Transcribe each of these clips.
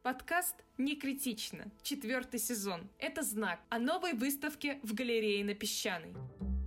Подкаст «Не критично», 4-й сезон. Это знак о новой выставке в галерее на Песчаной.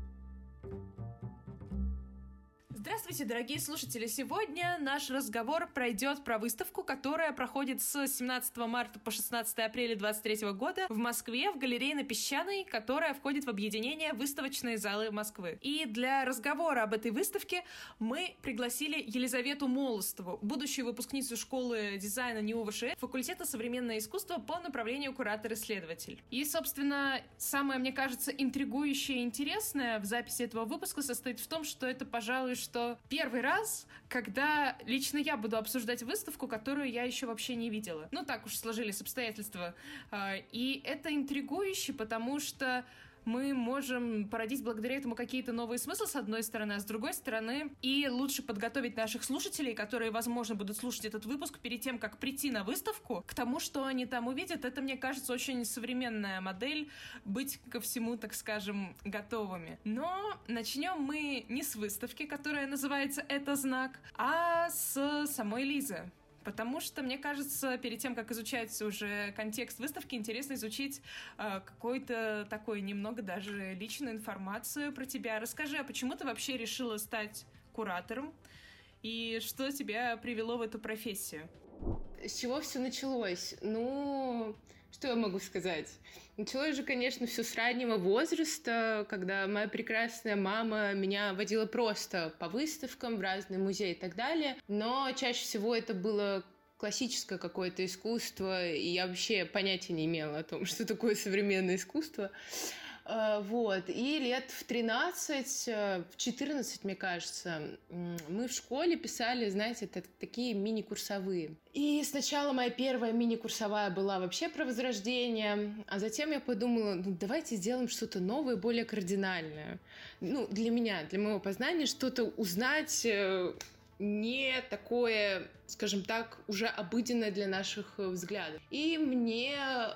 Здравствуйте, дорогие слушатели! Сегодня наш разговор пройдет про выставку, которая проходит с 17 марта по 16 апреля 2023 года в Москве в галерее на Песчаной, которая входит в объединение «Выставочные залы Москвы». И для разговора об этой выставке мы пригласили Елизавету Молостову, будущую выпускницу школы дизайна НИУ ВШЭ, факультета современное искусство по направлению куратор-исследователь. И, собственно, самое, мне кажется, интригующее и интересное в записи этого выпуска состоит в том, что это, пожалуй, что первый раз, когда лично я буду обсуждать выставку, которую я еще вообще не видела. Ну, так уж сложились обстоятельства. И это интригующе, потому что мы можем породить благодаря этому какие-то новые смыслы, с одной стороны, а с другой стороны, и лучше подготовить наших слушателей, которые, возможно, будут слушать этот выпуск перед тем, как прийти на выставку, к тому, что они там увидят. Это, мне кажется, очень современная модель быть ко всему, так скажем, готовыми. Но начнем мы не с выставки, которая называется «Это знак», а с самой Лизы. Потому что, мне кажется, перед тем, как изучать уже контекст выставки, интересно изучить какую-то такую немного даже личную информацию про тебя. Расскажи, а почему ты вообще решила стать куратором? И что тебя привело в эту профессию? С чего все началось? Ну, что я могу сказать? Началось же, конечно, все с раннего возраста, когда моя прекрасная мама меня водила просто по выставкам в разные музеи и так далее. Но чаще всего это было классическое какое-то искусство, и я вообще понятия не имела о том, что такое современное искусство. Вот. И лет в 13, в 14, мне кажется, мы в школе писали, знаете, такие мини-курсовые. И сначала моя первая мини-курсовая была вообще про Возрождение, а затем я подумала, ну давайте сделаем что-то новое, более кардинальное. Ну, для меня, для моего познания, что-то узнать не такое, скажем так, уже обыденное для наших взглядов. И мне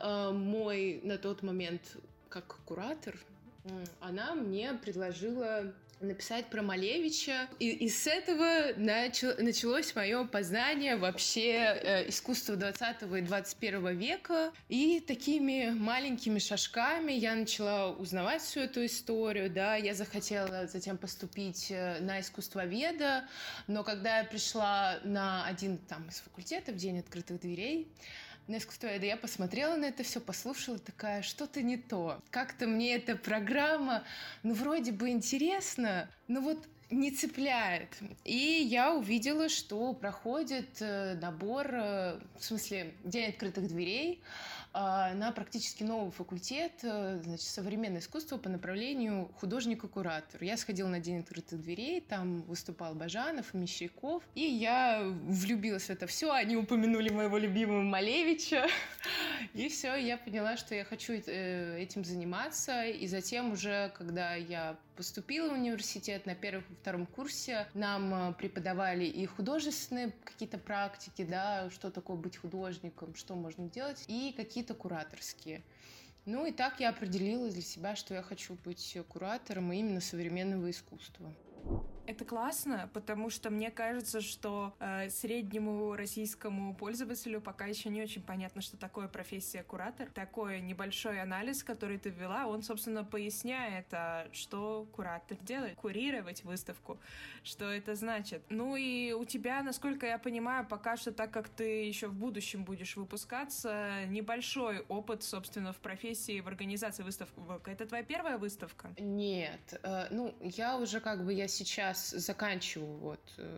мой на тот момент как куратор, она мне предложила написать про Малевича. И с этого началось мое познание вообще искусства 20 и 21 века. И такими маленькими шажками я начала узнавать всю эту историю. Да. Я захотела затем поступить на искусствоведа, но когда я пришла на один там из факультетов, День открытых дверей, на искусствоведа, я посмотрела на это все, послушала, такая, что-то не то. Как-то мне эта программа, ну, вроде бы интересно, но вот не цепляет. И я увидела, что проходит набор, в смысле, День открытых дверей на практически новый факультет, значит, современное искусство по направлению художника-куратор. Я сходила на День открытых дверей, там выступал Бажанов, Мещеряков, и я влюбилась в это все. Они упомянули моего любимого Малевича, и все, я поняла, что я хочу этим заниматься. И затем уже, когда я поступила в университет на первом и втором курсе, нам преподавали и художественные какие-то практики, да, что такое быть художником, что можно делать, и какие-то кураторские. Ну и так я определилась для себя, что я хочу быть куратором именно современного искусства. Это классно, потому что мне кажется, что среднему российскому пользователю пока еще не очень понятно, что такое профессия куратор. Такой небольшой анализ, который ты ввела, он, собственно, поясняет, что куратор делает. Курировать выставку, что это значит. Ну и у тебя, насколько я понимаю, пока что, так как ты еще в будущем будешь выпускаться, небольшой опыт, собственно, в профессии, в организации выставок. Это твоя первая выставка? Нет. Ну, я сейчас заканчиваю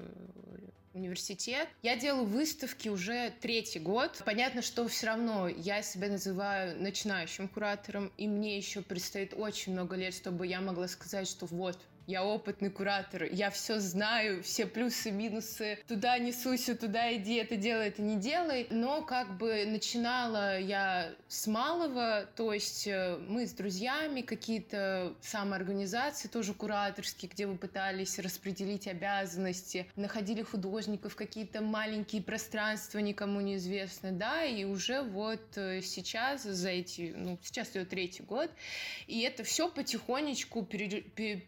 университет. Я делаю выставки уже 3-й год. Понятно, что все равно я себя называю начинающим куратором, и мне еще предстоит очень много лет, чтобы я могла сказать, что вот, я опытный куратор, я все знаю, все плюсы, минусы, туда не суйся, туда иди, это делай, это не делай. Но как бы начинала я с малого, то есть мы с друзьями какие-то самоорганизации, тоже кураторские, где мы пытались распределить обязанности, находили художников, какие-то маленькие пространства, никому неизвестные, да, и уже вот сейчас сейчас идет 3-й год, и это все потихонечку переросло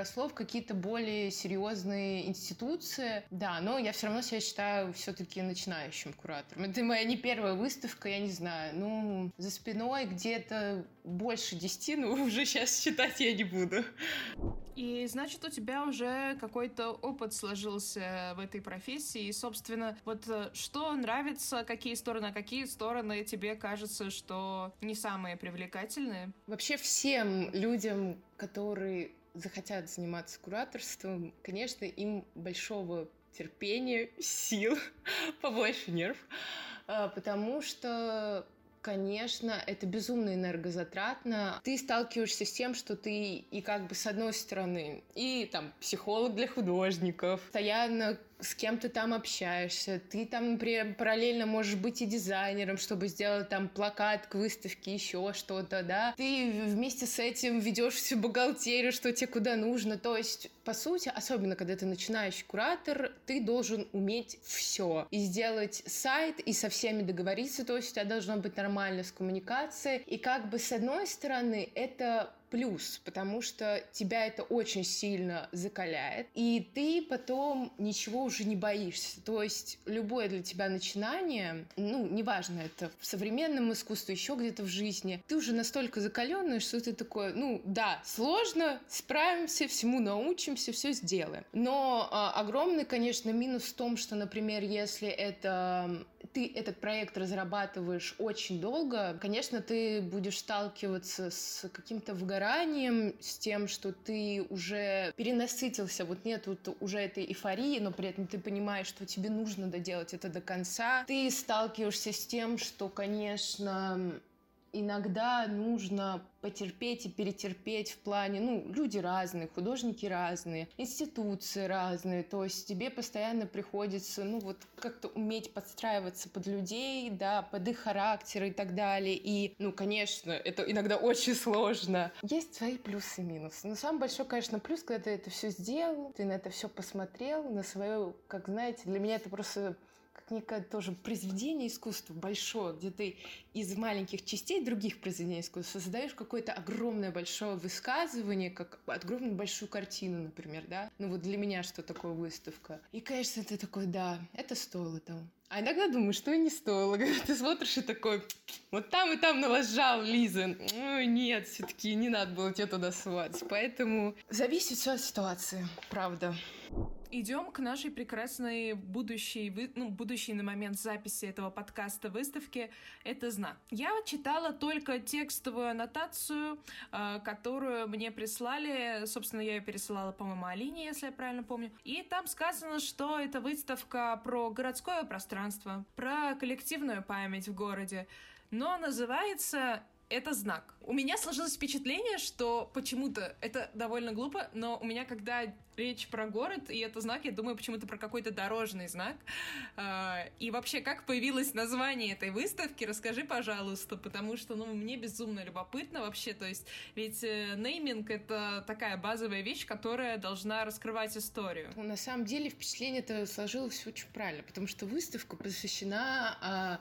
переросло в какие-то более серьезные институции. Да, но я все равно себя считаю все-таки начинающим куратором. Это моя не первая выставка, я не знаю. За спиной где-то больше 10, уже сейчас считать я не буду. И, значит, у тебя уже какой-то опыт сложился в этой профессии. И, собственно, что нравится, какие стороны тебе кажется, что не самые привлекательные? Вообще всем людям, которые захотят заниматься кураторством, конечно, им большого терпения, сил, побольше нерв, потому что, конечно, это безумно энергозатратно. Ты сталкиваешься с тем, что ты и с одной стороны, и там психолог для художников, постоянно с кем ты там общаешься. Ты там, например, параллельно можешь быть и дизайнером, чтобы сделать там плакат к выставке, еще что-то, да. Ты вместе с этим ведешь всю бухгалтерию, что тебе куда нужно. То есть, по сути, особенно когда ты начинающий куратор, ты должен уметь все. И сделать сайт, и со всеми договориться. То есть у тебя должно быть нормально с коммуникацией. И с одной стороны, это плюс, потому что тебя это очень сильно закаляет, и ты потом ничего уже не боишься. То есть любое для тебя начинание, неважно, это в современном искусстве, еще где-то в жизни, ты уже настолько закаленный, что ты такой, да, сложно, справимся, всему научимся, все сделаем. Но огромный, конечно, минус в том, что, например, если ты этот проект разрабатываешь очень долго, конечно, ты будешь сталкиваться с каким-то выгоранием, с тем, что ты уже перенасытился, нет уже этой эйфории, но при этом ты понимаешь, что тебе нужно доделать это до конца. Ты сталкиваешься с тем, что, конечно, иногда нужно потерпеть и перетерпеть в плане, люди разные, художники разные, институции разные, то есть тебе постоянно приходится, как-то уметь подстраиваться под людей, да, под их характер и так далее, и, конечно, это иногда очень сложно. Есть свои плюсы и минусы, но самый большой, конечно, плюс, когда ты это все сделал, ты на это все посмотрел, на свое, для меня это просто как некое тоже произведение искусства большое, где ты из маленьких частей других произведений искусства создаешь какое-то огромное большое высказывание, как огромную большую картину, например, да? Для меня что такое выставка? И, конечно, ты такой, да, это стоило того. А иногда думаю, что и не стоило. Когда ты смотришь и такой, там и там налажал, Лиза. Ой, нет, все-таки не надо было тебя туда ссылать. Поэтому зависит все от ситуации, правда. Идем к нашей прекрасной будущей на момент записи этого подкаста выставки. Это знак. Я читала только текстовую аннотацию, которую мне прислали. Собственно, я ее пересылала, по-моему, Алине, если я правильно помню. И там сказано, что это выставка про городское пространство, про коллективную память в городе. Но называется это знак. У меня сложилось впечатление, что почему-то это довольно глупо, но у меня, когда речь про город, и это знак, я думаю почему-то про какой-то дорожный знак. И вообще, как появилось название этой выставки, расскажи, пожалуйста, потому что, мне безумно любопытно вообще, то есть, ведь нейминг — это такая базовая вещь, которая должна раскрывать историю. На самом деле, впечатление-то сложилось очень правильно, потому что выставка посвящена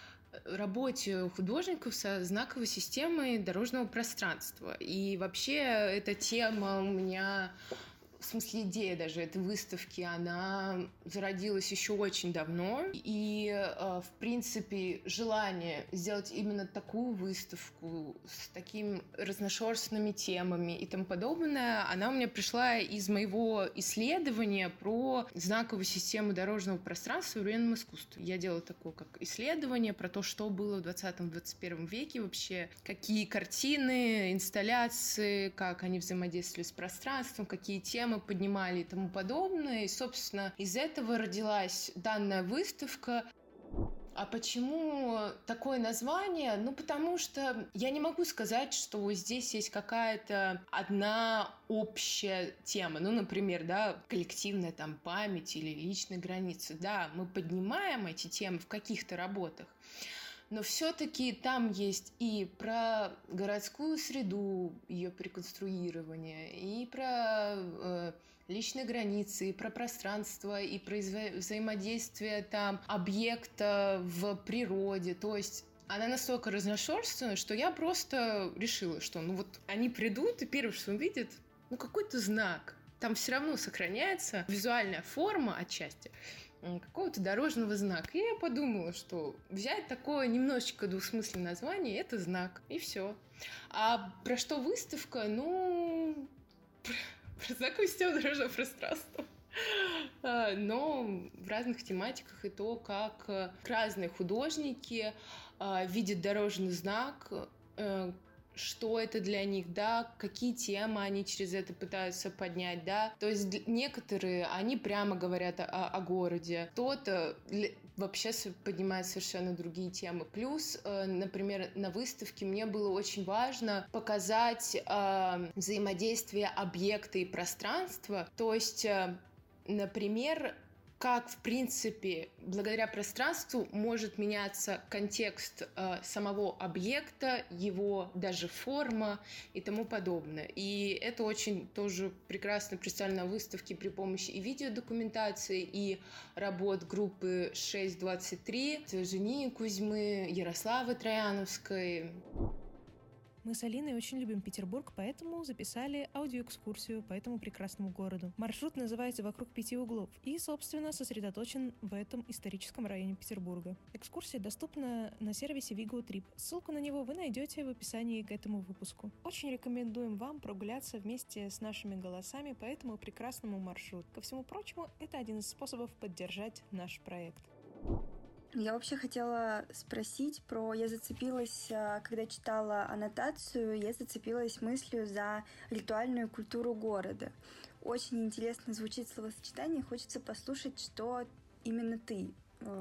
работе художников со знаковой системой дорожного пространства. И вообще эта тема у меня, в смысле идея даже этой выставки, она зародилась еще очень давно. И, в принципе, желание сделать именно такую выставку с такими разношерстными темами и тому подобное, она у меня пришла из моего исследования про знаковую систему дорожного пространства в современном искусстве. Я делала такое как исследование про то, что было в 20-21 веке вообще, какие картины, инсталляции, как они взаимодействовали с пространством, какие темы поднимали и тому подобное. И, собственно, из этого родилась данная выставка. А почему такое название? Потому что я не могу сказать, что здесь есть какая-то одна общая тема. Например, да, коллективная память или личные границы. Да, мы поднимаем эти темы в каких-то работах, но все-таки там есть и про городскую среду, ее преконструирование, и про личные границы, и про пространство, и про взаимодействие объекта в природе. То есть она настолько разношерстная, что я просто решила, что они придут, и первое, что увидят, какой-то знак. Там все равно сохраняется визуальная форма отчасти какого-то дорожного знака. И я подумала, что взять такое немножечко двусмысленное название — это знак, и все. А про что выставка? Про знаковую систему дорожного пространства. Но в разных тематиках и то, как разные художники видят дорожный знак, что это для них, да, какие темы они через это пытаются поднять, да. То есть некоторые, они прямо говорят о городе, кто-то вообще поднимает совершенно другие темы. Плюс, например, на выставке мне было очень важно показать взаимодействие объекта и пространства, то есть, например, как, в принципе, благодаря пространству может меняться контекст самого объекта, его даже форма и тому подобное. И это очень тоже прекрасно представлено на выставке при помощи и видеодокументации, и работ группы 623, Жении Кузьмы, Ярославы Трояновской. Мы с Алиной очень любим Петербург, поэтому записали аудиоэкскурсию по этому прекрасному городу. Маршрут называется «Вокруг 5 углов» и, собственно, сосредоточен в этом историческом районе Петербурга. Экскурсия доступна на сервисе Vigo Trip. Ссылку на него вы найдете в описании к этому выпуску. Очень рекомендуем вам прогуляться вместе с нашими голосами по этому прекрасному маршруту. Ко всему прочему, это один из способов поддержать наш проект. Я вообще хотела спросить я зацепилась, когда читала аннотацию, я зацепилась мыслью за ритуальную культуру города. Очень интересно звучит словосочетание, хочется послушать, что именно ты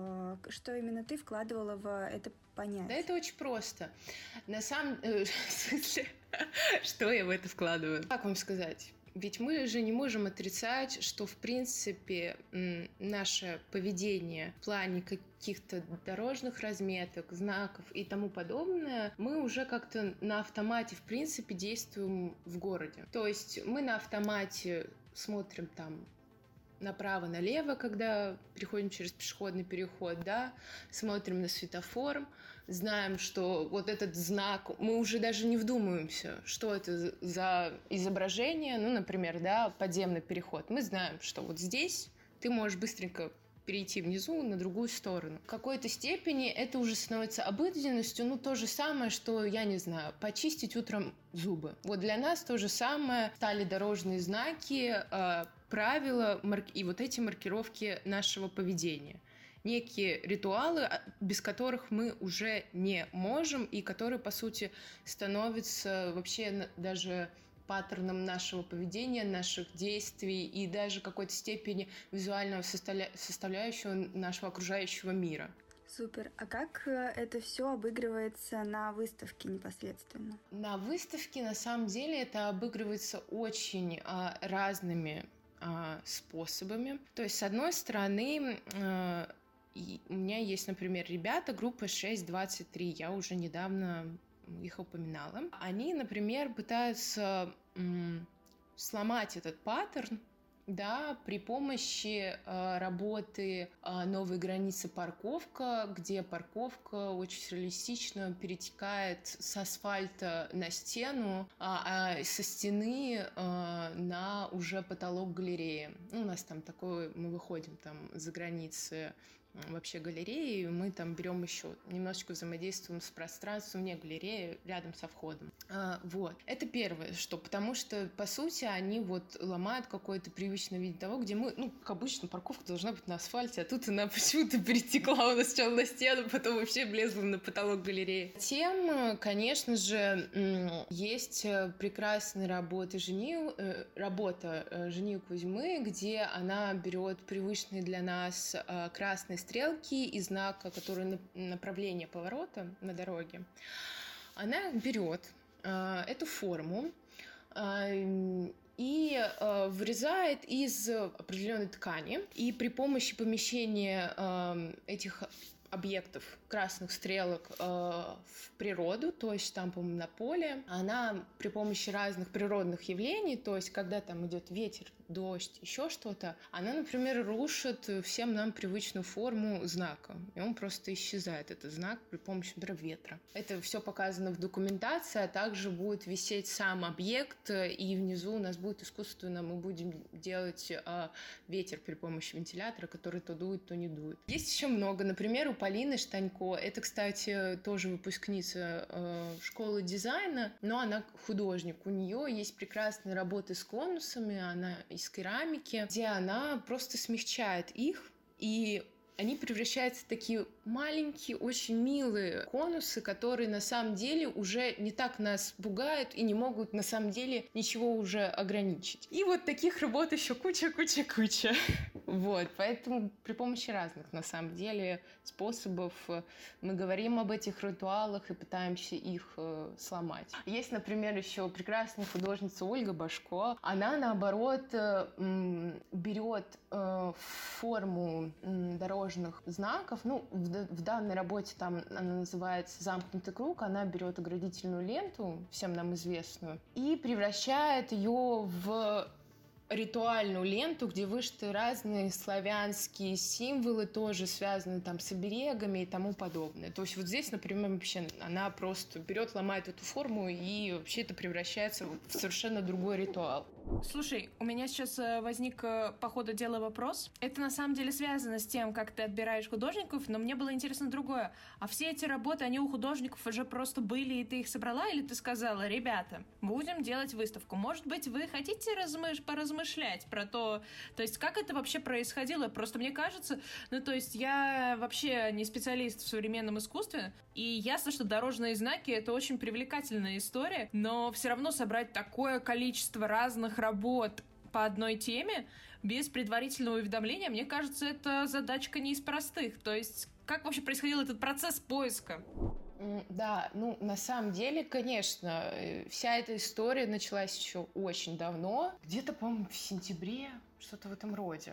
вкладывала в это понятие. Да, это очень просто. На самом смысле, что я в это вкладываю? Как вам сказать? Ведь мы же не можем отрицать, что, в принципе, наше поведение в плане каких-то дорожных разметок, знаков и тому подобное, мы уже как-то на автомате, в принципе, действуем в городе. То есть мы на автомате смотрим там направо-налево, когда переходим через пешеходный переход, да, смотрим на светофор, знаем, что вот этот знак, мы уже даже не вдумываемся, что это за изображение, например, да, подземный переход. Мы знаем, что вот здесь ты можешь быстренько перейти внизу на другую сторону. В какой-то степени это уже становится обыденностью, то же самое, что, я не знаю, почистить утром зубы. Вот для нас то же самое стали дорожные знаки, правила и вот эти маркировки нашего поведения. Некие ритуалы, без которых мы уже не можем, и которые, по сути, становятся вообще даже паттерном нашего поведения, наших действий и даже в какой-то степени визуального составляющего нашего окружающего мира. Супер. А как это все обыгрывается на выставке непосредственно? На выставке, на самом деле, это обыгрывается очень разными способами. То есть, с одной стороны, у меня есть, например, ребята группы 623, я уже недавно их упоминала. Они, например, пытаются сломать этот паттерн, да, при помощи работы «Новые границы. Парковка», где парковка очень реалистично перетекает с асфальта на стену, а со стены на уже потолок галереи. У нас там такое, мы выходим там за границы вообще галереи, мы там берем еще немножечко взаимодействуем с пространством вне галереи, рядом со входом. Вот. Это первое, потому что, по сути, они вот ломают какой-то привычный вид того, где мы, как обычно, парковка должна быть на асфальте, а тут она почему-то перетекла у нас сначала на стену, потом вообще влезла на потолок галереи. Затем, конечно же, есть прекрасная работа Жении Кузьмы, где она берет привычные для нас красные стрелки и знака, которые направление поворота на дороге. Она берет эту форму и вырезает из определенной ткани, и при помощи помещения этих объектов, красных стрелок в природу, то есть там, по-моему, на поле, она при помощи разных природных явлений, то есть когда там идет ветер, дождь, еще что-то, она, например, рушит всем нам привычную форму знака. И он просто исчезает, этот знак, при помощи, например, ветра. Это все показано в документации, а также будет висеть сам объект, и внизу у нас будет искусственно, мы будем делать ветер при помощи вентилятора, который то дует, то не дует. Есть еще много. Например, у Полины Штанько, это, кстати, тоже выпускница школы дизайна, но она художник. У нее есть прекрасные работы с конусами, она из керамики, где она просто смягчает их, и они превращаются в такие маленькие, очень милые конусы, которые на самом деле уже не так нас пугают и не могут на самом деле ничего уже ограничить. И вот таких работ еще куча. Вот, поэтому при помощи разных, на самом деле, способов мы говорим об этих ритуалах и пытаемся их сломать. Есть, например, еще прекрасная художница Ольга Башко. Она, наоборот, берет форму дорожных знаков. Ну, в данной работе там она называется «Замкнутый круг». Она берет оградительную ленту, всем нам известную, и превращает ее в ритуальную ленту, где вышиты разные славянские символы, тоже связанные там с оберегами и тому подобное. То есть вот здесь, например, вообще она просто берет, ломает эту форму, и вообще это превращается в совершенно другой ритуал. Слушай, у меня сейчас возник по ходу дела вопрос. Это на самом деле связано с тем, как ты отбираешь художников, но мне было интересно другое. А все эти работы, они у художников уже просто были, и ты их собрала, или ты сказала: ребята, будем делать выставку? Может быть, вы хотите поразмышлять про то есть как это вообще происходило? Просто мне кажется, то есть я вообще не специалист в современном искусстве, и ясно, что дорожные знаки — это очень привлекательная история, но все равно собрать такое количество разных работ по одной теме без предварительного уведомления, мне кажется, это задачка не из простых. То есть как вообще происходил этот процесс поиска? Да, на самом деле, конечно, вся эта история началась еще очень давно, где-то, по-моему, в сентябре, что-то в этом роде,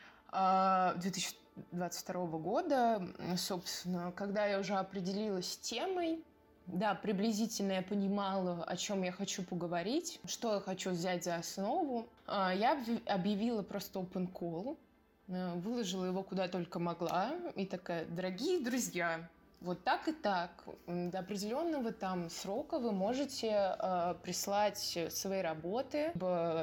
2022 года, собственно, когда я уже определилась с темой. Да, приблизительно я понимала, о чем я хочу поговорить, что я хочу взять за основу. Я объявила просто open call, выложила его куда только могла, и такая: дорогие друзья, вот так и так, до определенного там срока вы можете прислать свои работы,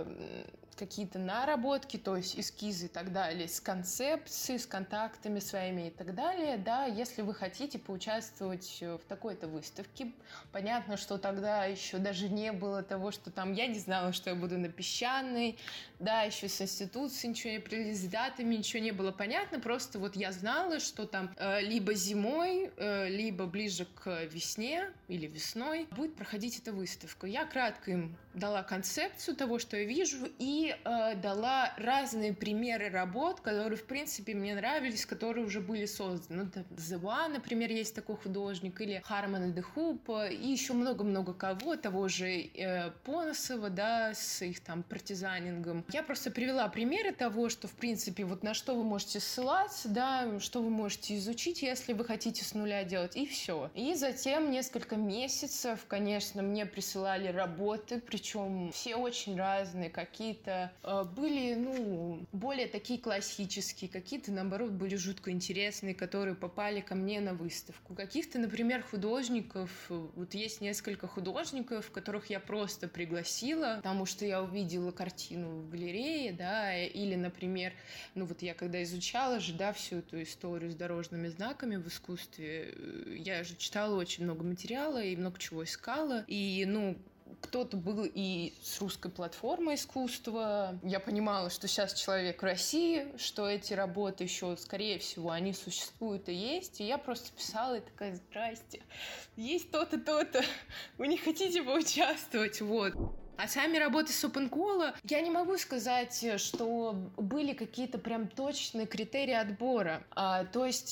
какие-то наработки, то есть эскизы и так далее, с концепцией, с контактами своими и так далее, да, если вы хотите поучаствовать в такой-то выставке. Понятно, что тогда еще даже не было того, что там, я не знала, что я буду на Песчаной, да, еще с институцией ничего не прилили, с датами ничего не было понятно, просто вот я знала, что там либо зимой, либо ближе к весне или весной будет проходить эта выставка. Я кратко им дала концепцию того, что я вижу, и дала разные примеры работ, которые, в принципе, мне нравились, которые уже были созданы. The One, например, есть такой художник, или Harman and the Hoop, и еще много-много кого, того же Поносова, да, с их там партизанингом. Я просто привела примеры того, что, в принципе, вот на что вы можете ссылаться, да, что вы можете изучить, если вы хотите с нуля делать, и все. И затем несколько месяцев, конечно, мне присылали работы, причем все очень разные, какие-то были, более такие классические, какие-то, наоборот, были жутко интересные, которые попали ко мне на выставку. Каких-то, например, художников, вот есть несколько художников, которых я просто пригласила, потому что я увидела картину в галерее, да, или, например, я когда изучала же, да, всю эту историю с дорожными знаками в искусстве, я же читала очень много материала и много чего искала, и, кто-то был и с русской платформы искусства. Я понимала, что сейчас человек в России, что эти работы еще, скорее всего, они существуют и есть. И я просто писала и такая: здрасте, есть то-то, то-то, вы не хотите поучаствовать? Вот. А сами работы с open call, я не могу сказать, что были какие-то прям точные критерии отбора. То есть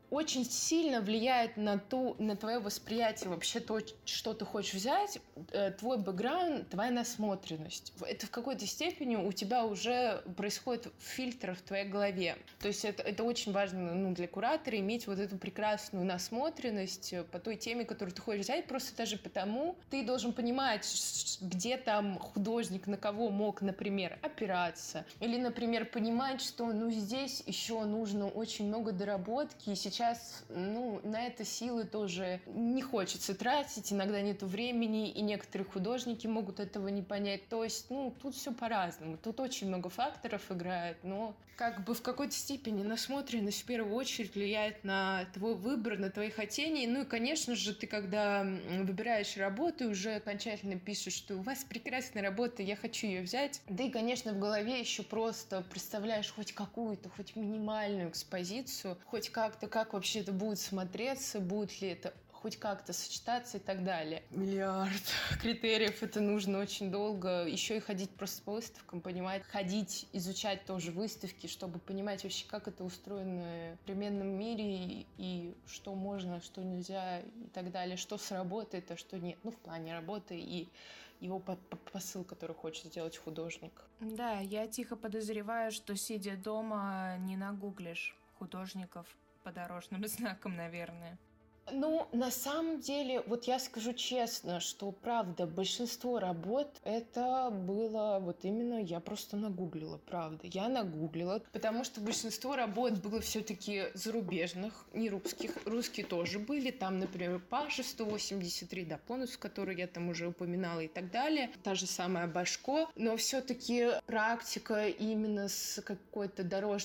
очень сильно влияет на твое восприятие вообще то, что ты хочешь взять, твой бэкграунд, твоя насмотренность. Это в какой-то степени у тебя уже происходит фильтр в твоей голове. То есть это очень важно для куратора иметь вот эту прекрасную насмотренность по той теме, которую ты хочешь взять, просто даже потому ты должен понимать, где там художник на кого мог, например, опираться. Или, например, понимать, что здесь еще нужно очень много доработки, и сейчас на это силы тоже не хочется тратить, иногда нету времени, и некоторые художники могут этого не понять. То есть, тут все по-разному. Тут очень много факторов играет, но в какой-то степени насмотренность в первую очередь влияет на твой выбор, на твои хотения. И, конечно же, ты, когда выбираешь работу, уже окончательно пишешь, что у вас прекрасная работа, я хочу ее взять. Да и, конечно, в голове еще просто представляешь хоть какую-то, хоть минимальную экспозицию, хоть как-то, как вообще это будет смотреться, будет ли это хоть как-то сочетаться и так далее. Миллиард критериев, это нужно очень долго. Еще и ходить просто по выставкам, понимать, ходить, изучать тоже выставки, чтобы понимать вообще, как это устроено в современном мире и что можно, что нельзя и так далее, что сработает, а что нет. В плане работы и его посыл, который хочет сделать художник. Да, я тихо подозреваю, что, сидя дома, не нагуглишь художников по дорожным знакам, наверное. На самом деле, я скажу честно, что, правда, большинство работ это было именно, я просто нагуглила, правда. Я нагуглила, потому что большинство работ было все-таки зарубежных, не русских. Русские тоже были, там, например, Паша 183, Дапонус, который я там уже упоминала и так далее. Та же самая Башко, но все-таки практика именно с какой-то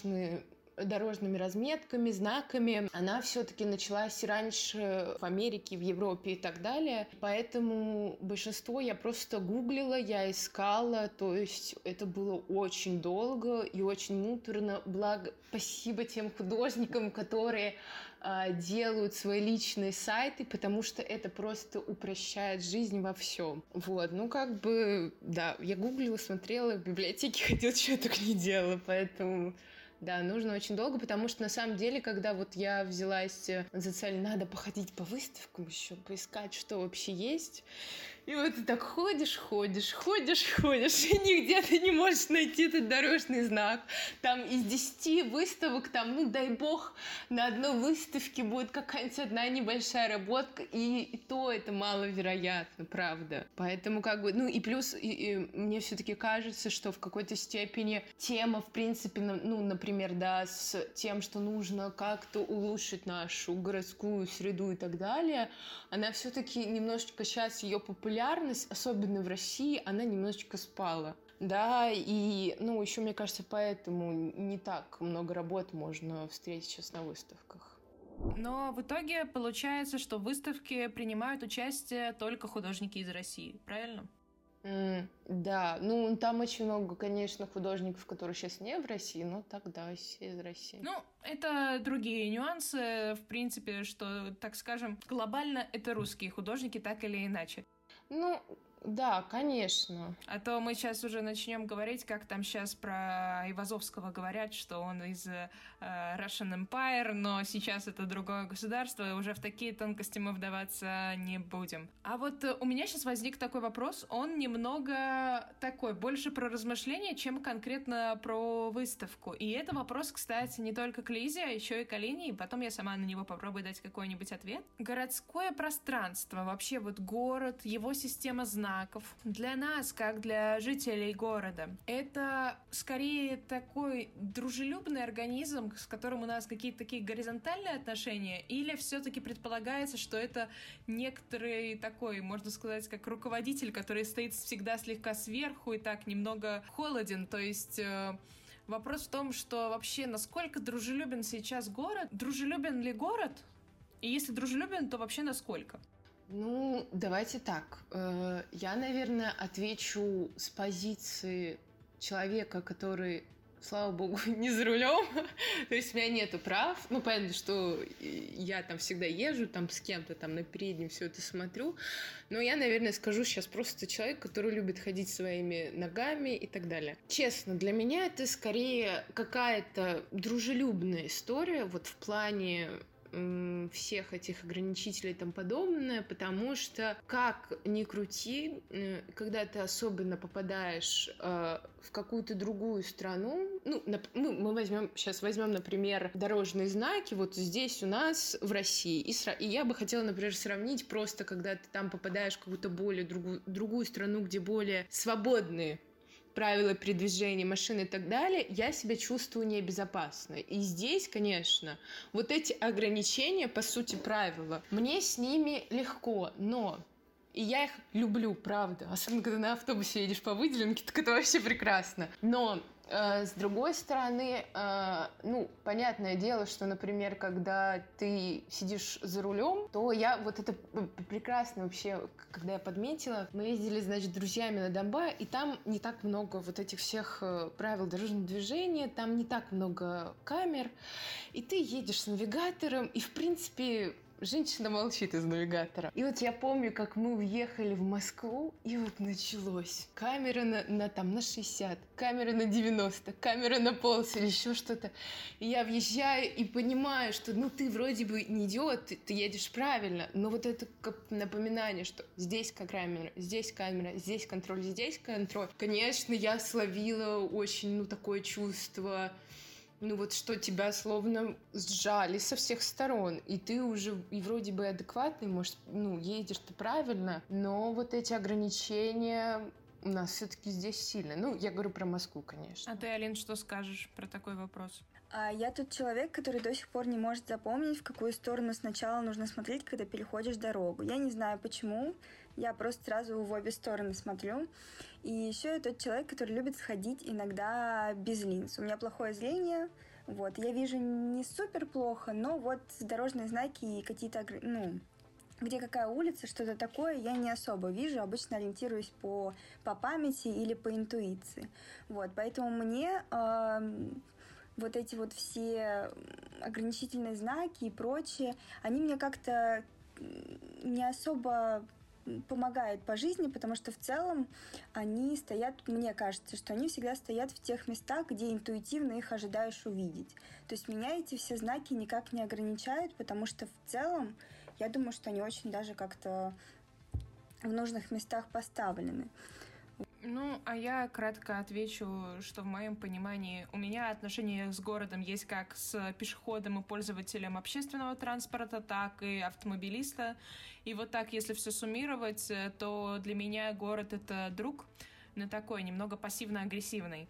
дорожными разметками, знаками, она все-таки началась раньше в Америке, в Европе и так далее. Поэтому большинство я просто гуглила, я искала, то есть это было очень долго и очень муторно. Благо, спасибо тем художникам, которые делают свои личные сайты, потому что это просто упрощает жизнь во всем. Да, я гуглила, смотрела, в библиотеке ходила, что я так не делала, поэтому... Да, нужно очень долго, потому что на самом деле, когда я взялась за цель, надо походить по выставкам еще, поискать, что вообще есть. И ты так ходишь, и нигде ты не можешь найти этот дорожный знак. Там из 10 выставок, дай бог, на одной выставке будет какая-нибудь одна небольшая работка, и то это маловероятно, правда. Поэтому и плюс, и мне все-таки кажется, что в какой-то степени тема, в принципе, например, да, с тем, что нужно как-то улучшить нашу городскую среду и так далее, она все-таки немножечко сейчас ее популярность, особенно в России, она немножечко спала. Да, и, еще, мне кажется, поэтому не так много работ можно встретить сейчас на выставках. Но в итоге получается, что в выставке принимают участие только художники из России, правильно? Да, там очень много, конечно, художников, которые сейчас не в России, но тогда все из России. Это другие нюансы, в принципе, что, так скажем, глобально это русские художники, так или иначе. Да, конечно. А то мы сейчас уже начнем говорить, как там сейчас про Айвазовского говорят, что он из Russian Empire, но сейчас это другое государство, и уже в такие тонкости мы вдаваться не будем. А у меня сейчас возник такой вопрос, он немного такой, больше про размышления, чем конкретно про выставку. И это вопрос, кстати, не только к Лизе, а еще и к Алине, и потом я сама на него попробую дать какой-нибудь ответ. Городское пространство, вообще город, его система знаков, для нас, как для жителей города, это скорее такой дружелюбный организм, с которым у нас какие-то такие горизонтальные отношения, или все-таки предполагается, что это некоторый такой, можно сказать, как руководитель, который стоит всегда слегка сверху и так немного холоден, то есть... Вопрос в том, что вообще насколько дружелюбен сейчас город, дружелюбен ли город, и если дружелюбен, то вообще насколько? Давайте так. Я, наверное, отвечу с позиции человека, который, слава богу, не за рулем. То есть у меня нету прав. Понятно, что я там всегда езжу, там с кем-то там на переднем все это смотрю. Но я, наверное, скажу сейчас просто человек, который любит ходить своими ногами и так далее. Честно, для меня это скорее какая-то дружелюбная история, в плане всех этих ограничителей и тому подобное, потому что, как ни крути, когда ты особенно попадаешь в какую-то другую страну, мы сейчас возьмем, например, дорожные знаки, вот здесь у нас в России, и я бы хотела, например, сравнить просто, когда ты там попадаешь в какую-то более другую страну, где более свободные правила передвижения машин и так далее, я себя чувствую небезопасно. И здесь, конечно, вот эти ограничения, по сути, правила, мне с ними легко, но... И я их люблю, правда. Особенно, когда на автобусе едешь по выделенке, так это вообще прекрасно. Но с другой стороны, понятное дело, что, например, когда ты сидишь за рулем, то я вот это прекрасно вообще, когда я подметила, мы ездили, значит, с друзьями на Донбасс, и там не так много вот этих всех правил дорожного движения, там не так много камер, и ты едешь с навигатором, и, в принципе... Женщина молчит из навигатора. И вот я помню, как мы въехали в Москву, и вот началось. Камера на 60, камера на 90, камера на полосе или еще что-то. И я въезжаю и понимаю, что ты вроде бы не идиот, ты едешь правильно, но вот это как напоминание, что здесь камера, здесь контроль, здесь контроль. Конечно, я словила очень, такое чувство... что тебя словно сжали со всех сторон, и ты уже и вроде бы адекватный, может, едешь ты правильно, но вот эти ограничения у нас все-таки здесь сильно. Я говорю про Москву, конечно. А ты, Алин, что скажешь про такой вопрос? Я тот человек, который до сих пор не может запомнить, в какую сторону сначала нужно смотреть, когда переходишь дорогу. Я не знаю почему, я просто сразу в обе стороны смотрю. И еще я тот человек, который любит сходить иногда без линз. У меня плохое зрение, я вижу не супер плохо, но дорожные знаки и какие-то, где какая улица, что-то такое, я не особо вижу, обычно ориентируюсь по памяти или по интуиции. Поэтому мне эти все ограничительные знаки и прочее, они мне как-то не особо помогают по жизни, потому что в целом они стоят, мне кажется, что они всегда стоят в тех местах, где интуитивно их ожидаешь увидеть. То есть меня эти все знаки никак не ограничают, потому что в целом я думаю, что они очень даже как-то в нужных местах поставлены. А я кратко отвечу, что в моем понимании у меня отношения с городом есть как с пешеходом и пользователем общественного транспорта, так и автомобилиста. И так, если все суммировать, то для меня город — это друг, но такой, немного пассивно-агрессивный.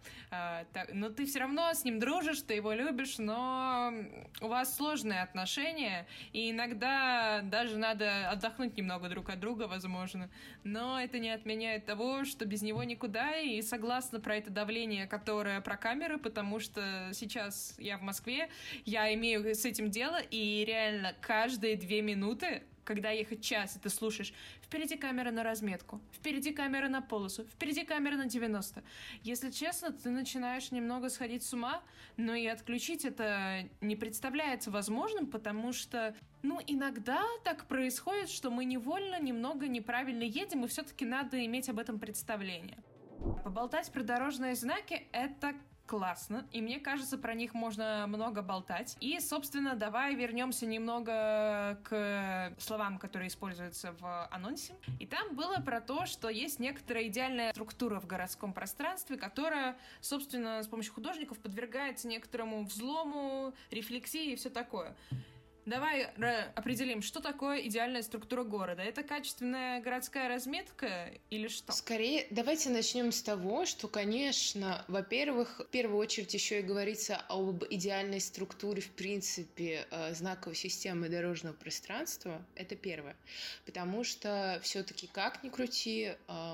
Но ты все равно с ним дружишь, ты его любишь, но у вас сложные отношения, и иногда даже надо отдохнуть немного друг от друга, возможно. Но это не отменяет того, что без него никуда, и согласна про это давление, которое про камеры, потому что сейчас я в Москве, я имею с этим дело, и реально каждые 2 минуты, когда ехать час, и ты слушаешь: впереди камера на разметку, впереди камера на полосу, впереди камера на 90. Если честно, ты начинаешь немного сходить с ума, но и отключить это не представляется возможным, потому что, иногда так происходит, что мы невольно немного неправильно едем, и все-таки надо иметь об этом представление. Поболтать про дорожные знаки — это классно, и мне кажется, про них можно много болтать. И, собственно, давай вернемся немного к словам, которые используются в анонсе. И там было про то, что есть некоторая идеальная структура в городском пространстве, которая, собственно, с помощью художников подвергается некоторому взлому, рефлексии и все такое. Давай определим, что такое идеальная структура города. Это качественная городская разметка или что? Скорее, давайте начнем с того, что, конечно, во-первых, в первую очередь еще и говорится об идеальной структуре, в принципе, знаковой системы дорожного пространства. Это первое. Потому что все-таки, как ни крути,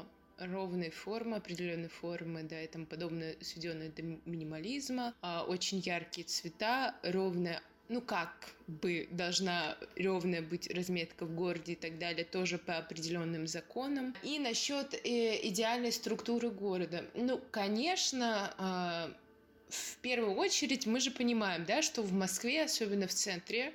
ровные формы, определенные формы, и тому подобное, сведенные до минимализма, очень яркие цвета, ровная, как бы должна ровная быть разметка в городе и так далее, тоже по определенным законам. И насчет идеальной структуры города. Конечно, в первую очередь мы же понимаем, что в Москве, особенно в центре,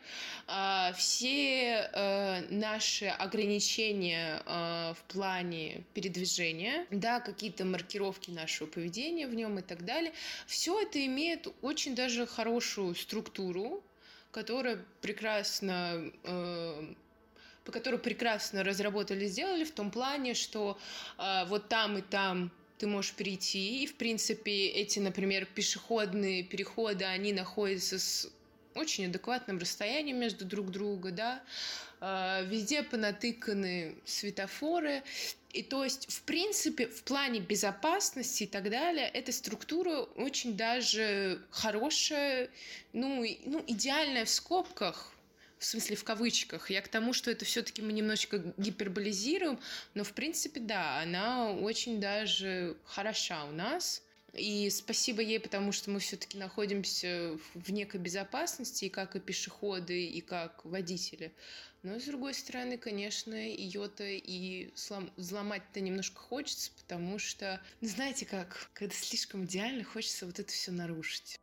все наши ограничения в плане передвижения, какие-то маркировки нашего поведения в нем и так далее, все это имеет очень даже хорошую структуру, которую прекрасно разработали, сделали в том плане, что вот там и там ты можешь перейти, и, в принципе, эти, например, пешеходные переходы, они находятся с очень адекватным расстоянием между друг друга, да, везде понатыканы светофоры, и то есть, в принципе, в плане безопасности и так далее, эта структура очень даже хорошая, идеальная в скобках, в смысле в кавычках. Я к тому, что это все-таки мы немножечко гиперболизируем, но в принципе, да, она очень даже хороша у нас. И спасибо ей, потому что мы все-таки находимся в некой безопасности, и как и пешеходы, и как водители. Но, с другой стороны, конечно, ее-то и взломать-то немножко хочется, потому что, знаете как, когда слишком идеально, хочется вот это все нарушить.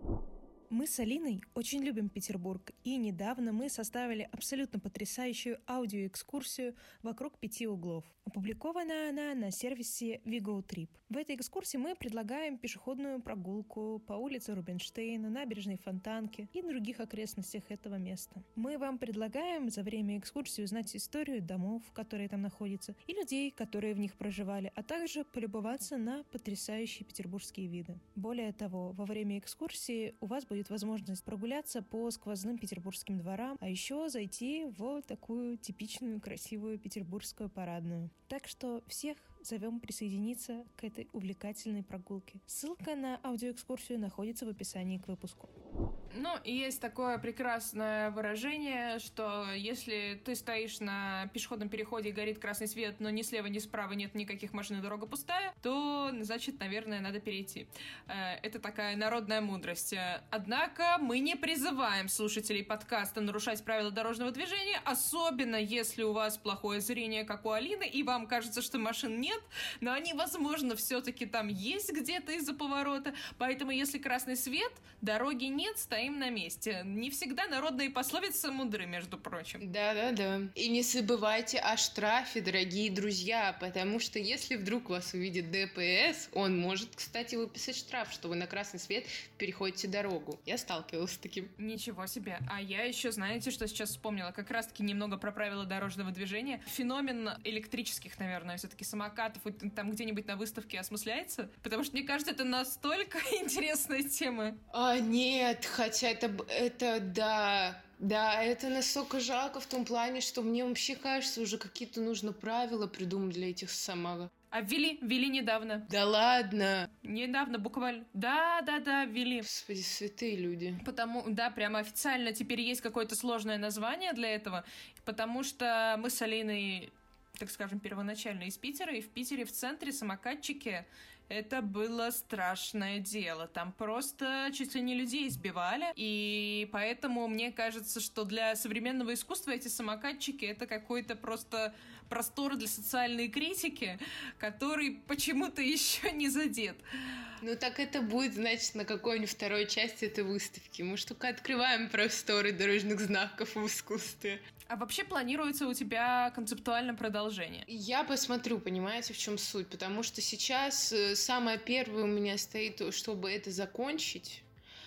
Мы с Алиной очень любим Петербург, и недавно мы составили абсолютно потрясающую аудиоэкскурсию вокруг 5 углов. Опубликована она на сервисе WeGoTrip. В этой экскурсии мы предлагаем пешеходную прогулку по улице Рубинштейна, набережной Фонтанки и других окрестностях этого места. Мы вам предлагаем за время экскурсии узнать историю домов, которые там находятся, и людей, которые в них проживали, а также полюбоваться на потрясающие петербургские виды. Более того, во время экскурсии у вас будет возможность прогуляться по сквозным петербургским дворам, а еще зайти в такую типичную красивую петербургскую парадную. Так что всех зовем присоединиться к этой увлекательной прогулке. Ссылка на аудиоэкскурсию находится в описании к выпуску. Ну, и есть такое прекрасное выражение, что если ты стоишь на пешеходном переходе и горит красный свет, но ни слева, ни справа нет никаких машин и дорога пустая, то, значит, наверное, надо перейти. Это такая народная мудрость. Однако мы не призываем слушателей подкаста нарушать правила дорожного движения, особенно если у вас плохое зрение, как у Алины, и вам кажется, что машин нет, но они, возможно, все-таки там есть где-то из-за поворота. Поэтому, если красный свет, дороги нет, стоим на месте. Не всегда народные пословицы мудры, между прочим. Да. И не забывайте о штрафе, дорогие друзья, потому что если вдруг вас увидит ДПС, он может, кстати, выписать штраф, что вы на красный свет переходите дорогу. Я сталкивалась с таким. Ничего себе. А я еще, знаете, что сейчас вспомнила? Как раз-таки немного про правила дорожного движения. Феномен электрических, наверное, все-таки самокатов там где-нибудь на выставке осмысляется? Потому что, мне кажется, это настолько интересная тема. Нет, хотя это да. Да, это настолько жалко в том плане, что мне вообще кажется, уже какие-то нужно правила придумать для этих самокатов. А ввели недавно. Да ладно. Недавно, буквально. Да, ввели. Господи, святые люди. Да, прямо официально теперь есть какое-то сложное название для этого, потому что мы с Алиной, так скажем, первоначально из Питера, и в Питере в центре самокатчики это было страшное дело. Там просто чуть ли не людей избивали. И поэтому мне кажется, что для современного искусства эти самокатчики — это какой-то просто простор для социальной критики, который почему-то еще не задет. Ну так это будет, значит, на какой-нибудь второй части этой выставки. Мы ж только открываем просторы дорожных знаков в искусстве. А вообще планируется у тебя концептуальное продолжение? Я посмотрю, понимаете, в чем суть. Потому что сейчас самое первое у меня стоит, чтобы это закончить.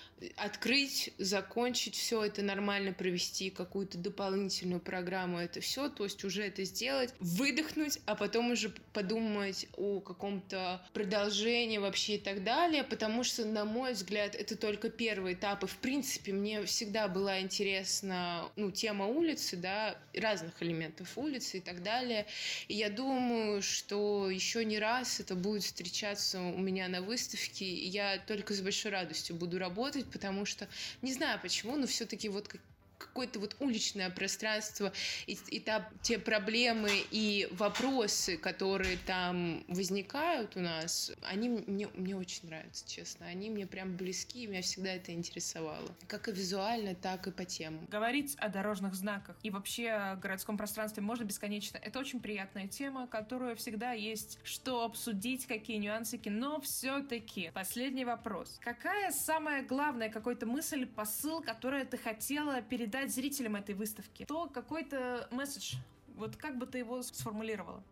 Открыть, закончить все это нормально, провести какую-то дополнительную программу, это все, то есть уже это сделать, выдохнуть, а потом уже подумать о каком-то продолжении вообще и так далее, потому что, на мой взгляд, это только первый этап, и в принципе мне всегда была интересна, тема улицы, да, разных элементов улицы и так далее, и я думаю, что еще не раз это будет встречаться у меня на выставке, и я только с большой радостью буду работать, потому что, не знаю почему, но все-таки вот какое-то вот уличное пространство и те проблемы и вопросы, которые там возникают у нас, они мне очень нравятся, честно. Они мне прям близки, и меня всегда это интересовало. Как и визуально, так и по темам. Говорить о дорожных знаках и вообще о городском пространстве можно бесконечно. Это очень приятная тема, которую всегда есть что обсудить, какие нюансики, но все-таки последний вопрос. Какая самая главная какой-то мысль, посыл, которую ты хотела передать зрителям этой выставки? То какой-то месседж. Вот как бы ты его сформулировала?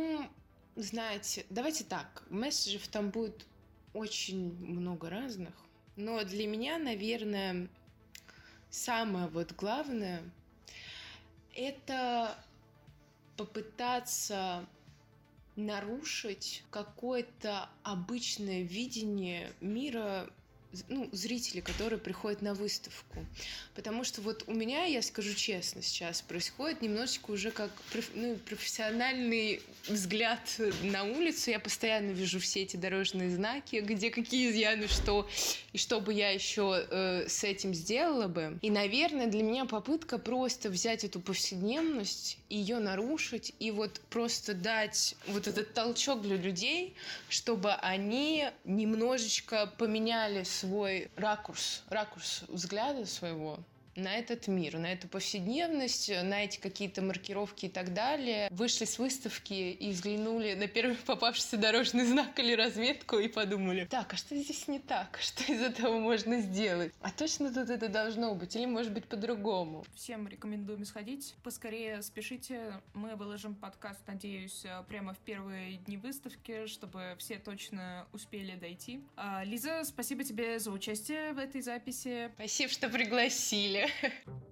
Знаете, давайте так. Месседжев там будет очень много разных. Но для меня, наверное, самое вот главное — это попытаться нарушить какое-то обычное видение мира, ну, зрителей, которые приходят на выставку. Потому что вот у меня, я скажу честно, сейчас происходит немножечко уже как профессиональный взгляд на улицу. Я постоянно вижу все эти дорожные знаки, где какие изъяны, что, и что бы я еще с этим сделала бы. И, наверное, для меня попытка просто взять эту повседневность, ее нарушить и вот просто дать вот этот толчок для людей, чтобы они немножечко поменяли свой ракурс взгляда своего на этот мир, на эту повседневность, на эти какие-то маркировки и так далее. Вышли с выставки и взглянули на первый попавшийся дорожный знак или разметку и подумали: так, а что здесь не так? Что из этого можно сделать? А точно тут это должно быть? Или может быть по-другому? Всем рекомендуем сходить. Поскорее спешите. Мы выложим подкаст, надеюсь, прямо в первые дни выставки, чтобы все точно успели дойти. Лиза, спасибо тебе за участие в этой записи. Спасибо, что пригласили.